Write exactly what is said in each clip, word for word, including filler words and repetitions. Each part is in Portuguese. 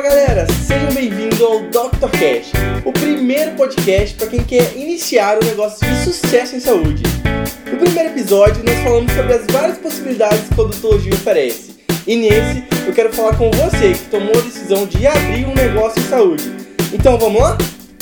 galera, sejam bem-vindos ao doutor Cast, o primeiro podcast para quem quer iniciar um negócio de sucesso em saúde. No primeiro episódio, nós falamos sobre as várias possibilidades que a odontologia oferece. E nesse, eu quero falar com você que tomou a decisão de abrir um negócio em saúde. Então, vamos lá?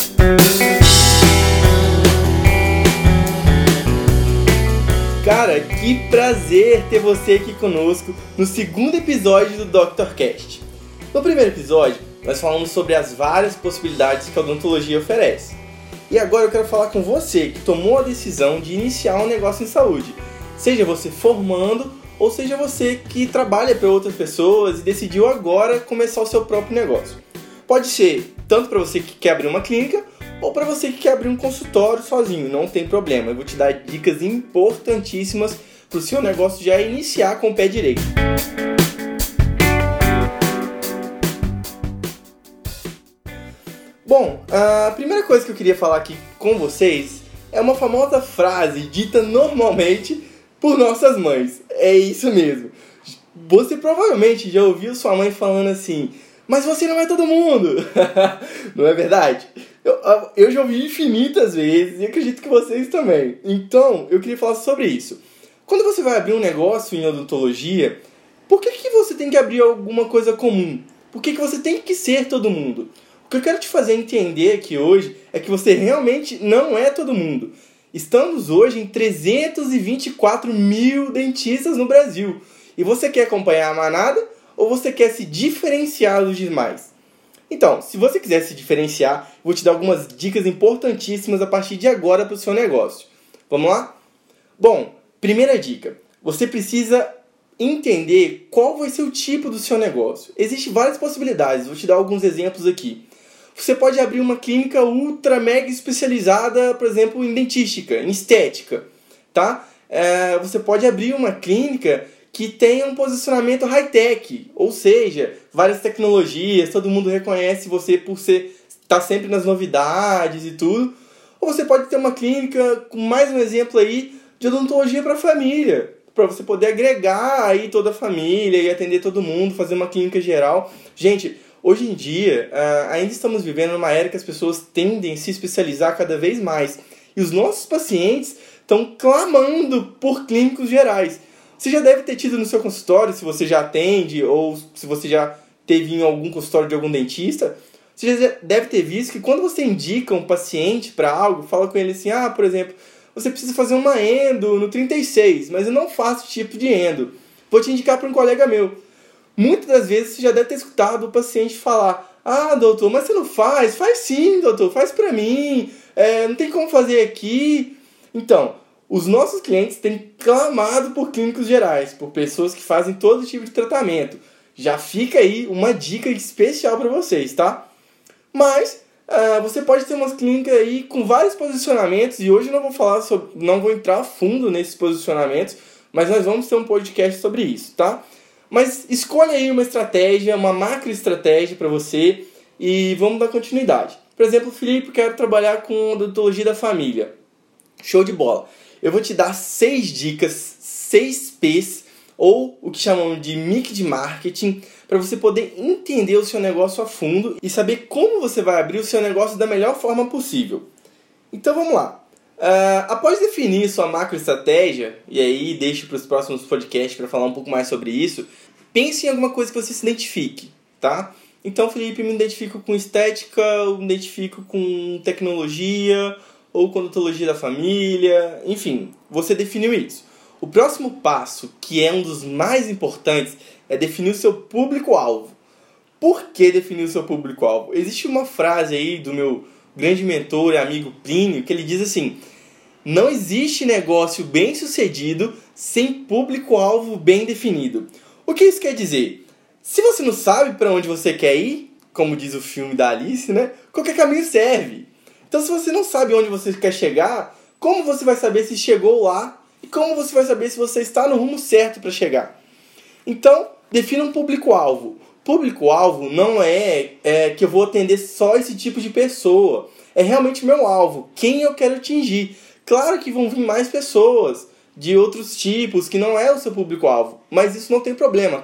Cara, que prazer ter você aqui conosco no segundo episódio do doutor Cast. No primeiro episódio, nós falamos sobre as várias possibilidades que a odontologia oferece. E agora eu quero falar com você que tomou a decisão de iniciar um negócio em saúde. Seja você formando, ou seja você que trabalha para outras pessoas e decidiu agora começar o seu próprio negócio. Pode ser tanto para você que quer abrir uma clínica, ou para você que quer abrir um consultório sozinho, não tem problema. Eu vou te dar dicas importantíssimas para o seu negócio já iniciar com o pé direito. Bom, a primeira coisa que eu queria falar aqui com vocês é uma famosa frase dita normalmente por nossas mães. É isso mesmo. Você provavelmente já ouviu sua mãe falando assim: mas você não é todo mundo. Não é verdade? Eu, eu já ouvi infinitas vezes e acredito que vocês também. Então, eu queria falar sobre isso. Quando você vai abrir um negócio em odontologia, por que, que você tem que abrir alguma coisa comum? Por que, que você tem que ser todo mundo? O que eu quero te fazer entender aqui hoje é que você realmente não é todo mundo. Estamos hoje em trezentos e vinte e quatro mil dentistas no Brasil. E você quer acompanhar a manada ou você quer se diferenciar dos demais? Então, se você quiser se diferenciar, vou te dar algumas dicas importantíssimas a partir de agora para o seu negócio. Vamos lá? Bom, primeira dica. Você precisa entender qual vai ser o tipo do seu negócio. Existem várias possibilidades, vou te dar alguns exemplos aqui. Você pode abrir uma clínica ultra mega especializada, por exemplo, em dentística, em estética, tá? É, você pode abrir uma clínica que tenha um posicionamento high-tech, ou seja, várias tecnologias, todo mundo reconhece você por ser, estar sempre nas novidades e tudo. Ou você pode ter uma clínica, com mais um exemplo aí, de odontologia para a família, para você poder agregar aí toda a família e atender todo mundo, fazer uma clínica geral. Gente, hoje em dia, uh, ainda estamos vivendo numa era que as pessoas tendem a se especializar cada vez mais. E os nossos pacientes estão clamando por clínicos gerais. Você já deve ter tido no seu consultório, se você já atende, ou se você já teve em algum consultório de algum dentista, você já deve ter visto que quando você indica um paciente para algo, fala com ele assim: ah, por exemplo, você precisa fazer uma endo no trinta e seis, mas eu não faço tipo de endo. Vou te indicar para um colega meu. Muitas das vezes você já deve ter escutado o paciente falar: ah, doutor, mas você não faz? Faz sim, doutor, faz pra mim, é, não tem como fazer aqui. Então, os nossos clientes têm clamado por clínicos gerais, por pessoas que fazem todo tipo de tratamento. Já fica aí uma dica especial para vocês, tá? Mas uh, você pode ter umas clínicas aí com vários posicionamentos, e hoje eu não vou falar sobre, não vou entrar a fundo nesses posicionamentos, mas nós vamos ter um podcast sobre isso, tá? Mas escolha aí uma estratégia, uma macro estratégia para você e vamos dar continuidade. Por exemplo, Felipe, quero trabalhar com odontologia da família. Show de bola. Eu vou te dar seis dicas, seis P's, ou o que chamam de mix de marketing, para você poder entender o seu negócio a fundo e saber como você vai abrir o seu negócio da melhor forma possível. Então vamos lá. Uh, após definir sua macroestratégia, e aí deixe para os próximos podcasts para falar um pouco mais sobre isso, pense em alguma coisa que você se identifique, tá? Então, Felipe, me identifico com estética, eu me identifico com tecnologia, ou com odontologia da família, enfim, você definiu isso. O próximo passo, que é um dos mais importantes, é definir o seu público-alvo. Por que definir o seu público-alvo? Existe uma frase aí do meu grande mentor e amigo Plínio, que ele diz assim: não existe negócio bem sucedido sem público-alvo bem definido. O que isso quer dizer? Se você não sabe para onde você quer ir, como diz o filme da Alice, né? Qualquer caminho serve. Então, se você não sabe onde você quer chegar, como você vai saber se chegou lá? E como você vai saber se você está no rumo certo para chegar? Então, defina um público-alvo. Público-alvo não é, é que eu vou atender só esse tipo de pessoa. É realmente meu alvo. Quem eu quero atingir. Claro que vão vir mais pessoas de outros tipos que não é o seu público-alvo. Mas isso não tem problema, tá?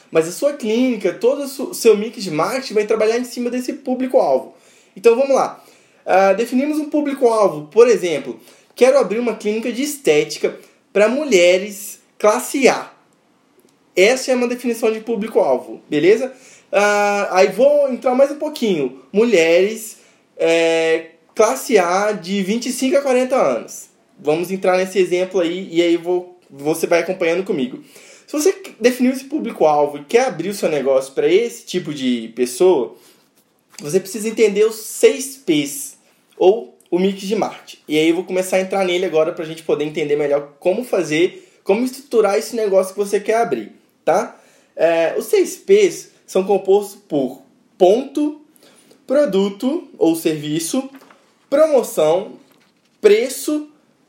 mas a sua clínica, todo o seu mix de marketing vai trabalhar em cima desse público-alvo. Então vamos lá. Uh, definimos um público-alvo, por exemplo, quero abrir uma clínica de estética para mulheres classe A. Essa é uma definição de público-alvo, beleza? Uh, aí vou entrar mais um pouquinho. Mulheres é, classe A de vinte e cinco a quarenta anos. Vamos entrar nesse exemplo aí e aí vou, você vai acompanhando comigo. Se você definiu esse público-alvo e quer abrir o seu negócio para esse tipo de pessoa, você precisa entender os seis P's, ou o mix de marketing. E aí eu vou começar a entrar nele agora para a gente poder entender melhor como fazer, como estruturar esse negócio que você quer abrir, tá? É, os seis P's são compostos por ponto, produto ou serviço, promoção, preço,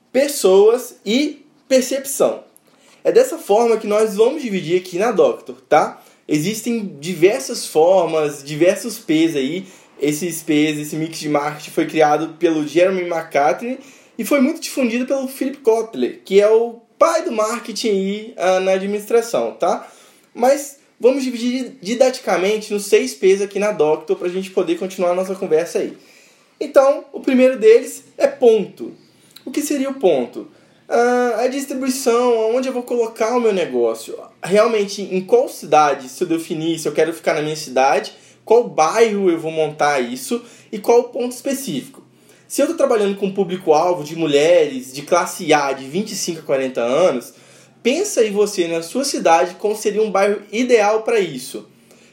pessoas e percepção. É dessa forma que nós vamos dividir aqui na Doctor, tá? Existem diversas formas, diversos P's aí. Esses P's, esse mix de marketing foi criado pelo Jeremy McCartney e foi muito difundido pelo Philip Kotler, que é o pai do marketing aí uh, na administração, tá? Mas vamos dividir didaticamente nos seis P's aqui na Doctor para a gente poder continuar a nossa conversa aí. Então, o primeiro deles é ponto. O que seria o ponto? Uh, a distribuição, onde eu vou colocar o meu negócio. Realmente, em qual cidade, se eu definir, se eu quero ficar na minha cidade, qual bairro eu vou montar isso e qual o ponto específico. Se eu estou trabalhando com um público-alvo de mulheres de classe A, de vinte e cinco a quarenta anos, pensa aí você, na sua cidade, qual seria um bairro ideal para isso.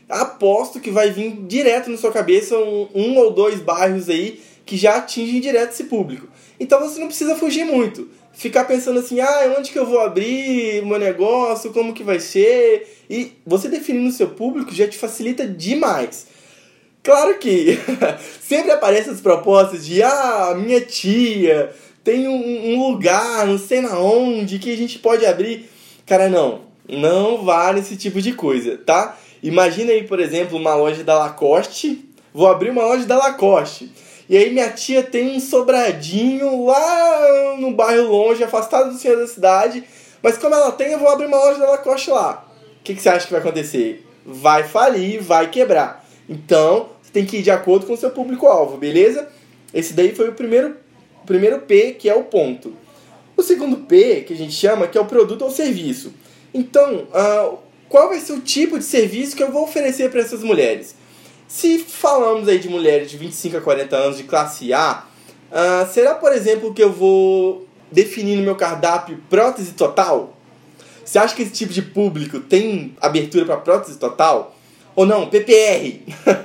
Aposto que vai vir direto na sua cabeça um, um ou dois bairros aí que já atingem direto esse público. Então você não precisa fugir muito. Ficar pensando assim, ah, onde que eu vou abrir o meu negócio, como que vai ser... E você definindo o seu público já te facilita demais. Claro que sempre aparecem as propostas de, ah, minha tia tem um, um lugar, não sei na onde, que a gente pode abrir. Cara, não. Não vale esse tipo de coisa, tá? Imagina aí, por exemplo, uma loja da Lacoste. Vou abrir uma loja da Lacoste. E aí minha tia tem um sobradinho lá no bairro longe, afastado do centro da cidade. Mas como ela tem, eu vou abrir uma loja da Lacoste lá. O que, que você acha que vai acontecer? Vai falir, vai quebrar. Então, você tem que ir de acordo com o seu público-alvo, beleza? Esse daí foi o primeiro, o primeiro P, que é o ponto. O segundo P, que a gente chama, que é o produto ou serviço. Então, uh, qual vai ser o tipo de serviço que eu vou oferecer para essas mulheres? Se falamos aí de mulheres de vinte e cinco a quarenta anos de classe A, uh, será, por exemplo, que eu vou definir no meu cardápio prótese total? Você acha que esse tipo de público tem abertura para prótese total? Ou não, P P R?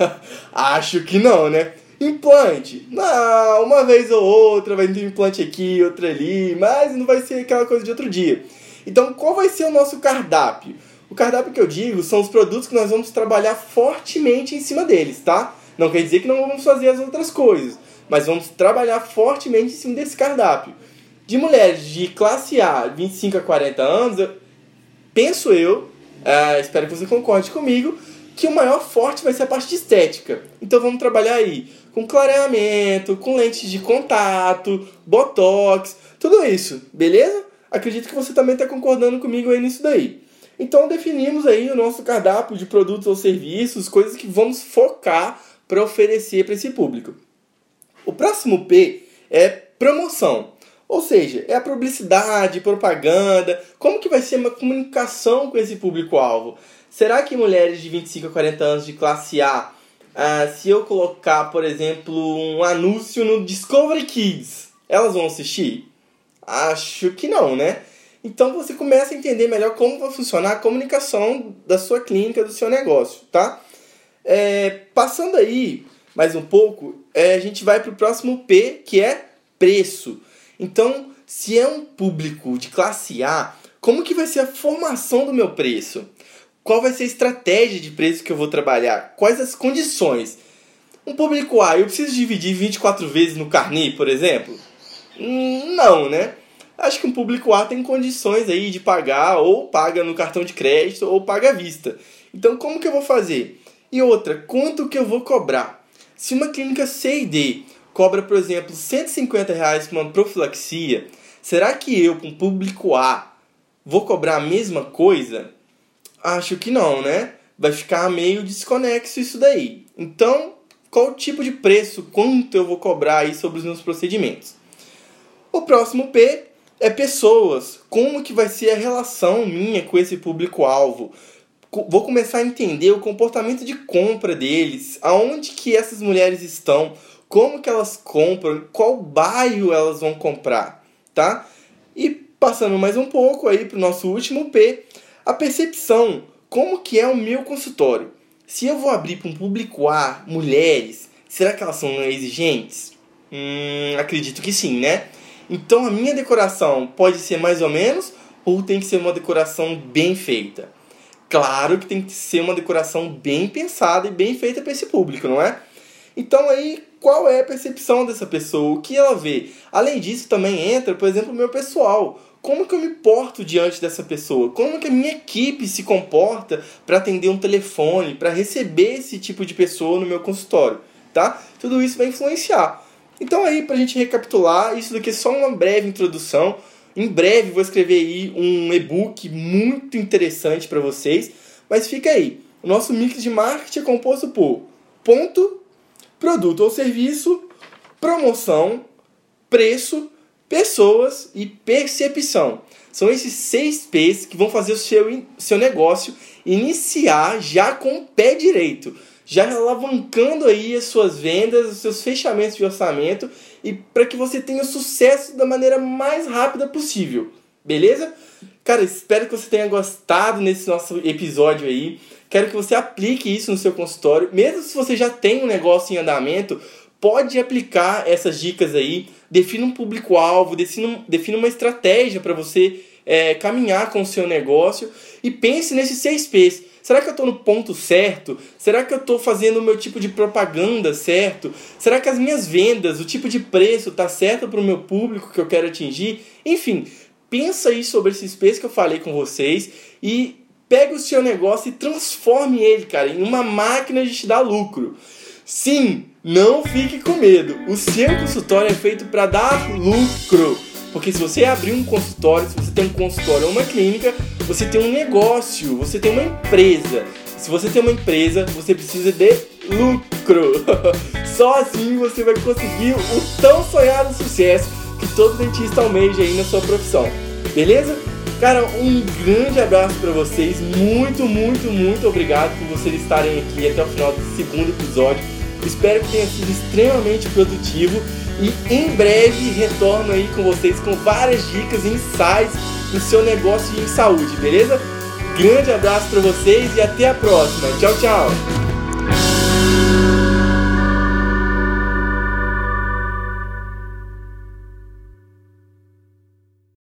Acho que não, né? Implante? Não, uma vez ou outra vai ter um implante aqui, outra ali, mas não vai ser aquela coisa de outro dia. Então, qual vai ser o nosso cardápio? O cardápio que eu digo são os produtos que nós vamos trabalhar fortemente em cima deles, tá? Não quer dizer que não vamos fazer as outras coisas, mas vamos trabalhar fortemente em cima desse cardápio. De mulheres de classe A, vinte e cinco a quarenta anos, eu, penso eu, uh, espero que você concorde comigo, que o maior forte vai ser a parte de estética. Então vamos trabalhar aí com clareamento, com lentes de contato, botox, tudo isso, beleza? Acredito que você também está concordando comigo aí nisso daí. Então definimos aí o nosso cardápio de produtos ou serviços, coisas que vamos focar para oferecer para esse público. O próximo P é promoção, ou seja, é a publicidade, propaganda, como que vai ser uma comunicação com esse público-alvo? Será que mulheres de vinte e cinco a quarenta anos de classe A, ah, se eu colocar, por exemplo, um anúncio no Discovery Kids, elas vão assistir? Acho que não, né? Então você começa a entender melhor como vai funcionar a comunicação da sua clínica, do seu negócio, tá? É, passando aí mais um pouco, é, a gente vai para o próximo P, que é preço. Então, se é um público de classe A, como que vai ser a formação do meu preço? Qual vai ser a estratégia de preço que eu vou trabalhar? Quais as condições? Um público A, eu preciso dividir vinte e quatro vezes no carnê, por exemplo? Hum, não, né? Acho que um público A tem condições aí de pagar, ou paga no cartão de crédito, ou paga à vista. Então, como que eu vou fazer? E outra, quanto que eu vou cobrar? Se uma clínica C e D cobra, por exemplo, cento e cinquenta reais por uma profilaxia, será que eu, com público A, vou cobrar a mesma coisa? Acho que não, né? Vai ficar meio desconexo isso daí. Então, qual o tipo de preço, quanto eu vou cobrar aí sobre os meus procedimentos? O próximo P é pessoas. Como que vai ser a relação minha com esse público-alvo? Vou começar a entender o comportamento de compra deles, aonde que essas mulheres estão, como que elas compram, qual bairro elas vão comprar, tá? E passando mais um pouco aí para o nosso último P, a percepção. Como que é o meu consultório? Se eu vou abrir para um público A, mulheres, será que elas são exigentes? Hum, acredito que sim, né? Então a minha decoração pode ser mais ou menos ou tem que ser uma decoração bem feita? Claro que tem que ser uma decoração bem pensada e bem feita para esse público, não é? Então aí, qual é a percepção dessa pessoa? O que ela vê? Além disso, também entra, por exemplo, o meu pessoal. Como que eu me porto diante dessa pessoa? Como que a minha equipe se comporta para atender um telefone, para receber esse tipo de pessoa no meu consultório, tá? Tudo isso vai influenciar. Então aí, pra gente recapitular, isso daqui é só uma breve introdução. Em breve vou escrever aí um e-book muito interessante para vocês. Mas fica aí, o nosso mix de marketing é composto por ponto, produto ou serviço, promoção, preço, pessoas e percepção. São esses seis P's que vão fazer o seu, seu negócio iniciar já com o pé direito, já alavancando aí as suas vendas, os seus fechamentos de orçamento e para que você tenha sucesso da maneira mais rápida possível. Beleza? Cara, espero que você tenha gostado nesse nosso episódio aí. Quero que você aplique isso no seu consultório. Mesmo se você já tem um negócio em andamento, pode aplicar essas dicas aí. Defina um público-alvo, defina, defina uma estratégia para você é, caminhar com o seu negócio. E pense nesses seis P's. Será que eu estou no ponto certo? Será que eu estou fazendo o meu tipo de propaganda certo? Será que as minhas vendas, o tipo de preço está certo para o meu público que eu quero atingir? Enfim, pensa aí sobre esses P's que eu falei com vocês e pegue o seu negócio e transforme ele, cara, em uma máquina de te dar lucro. Sim, não fique com medo. O seu consultório é feito para dar lucro. Porque se você abrir um consultório, se você tem um consultório ou uma clínica, você tem um negócio, você tem uma empresa. Se você tem uma empresa, você precisa de lucro. Só assim você vai conseguir o tão sonhado sucesso que todo dentista almeja aí na sua profissão. Beleza? Cara, um grande abraço para vocês. Muito, muito, muito obrigado por vocês estarem aqui até o final do segundo episódio. Espero que tenha sido extremamente produtivo. E em breve retorno aí com vocês com várias dicas e insights no seu negócio e em saúde, beleza? Grande abraço para vocês e até a próxima. Tchau, tchau!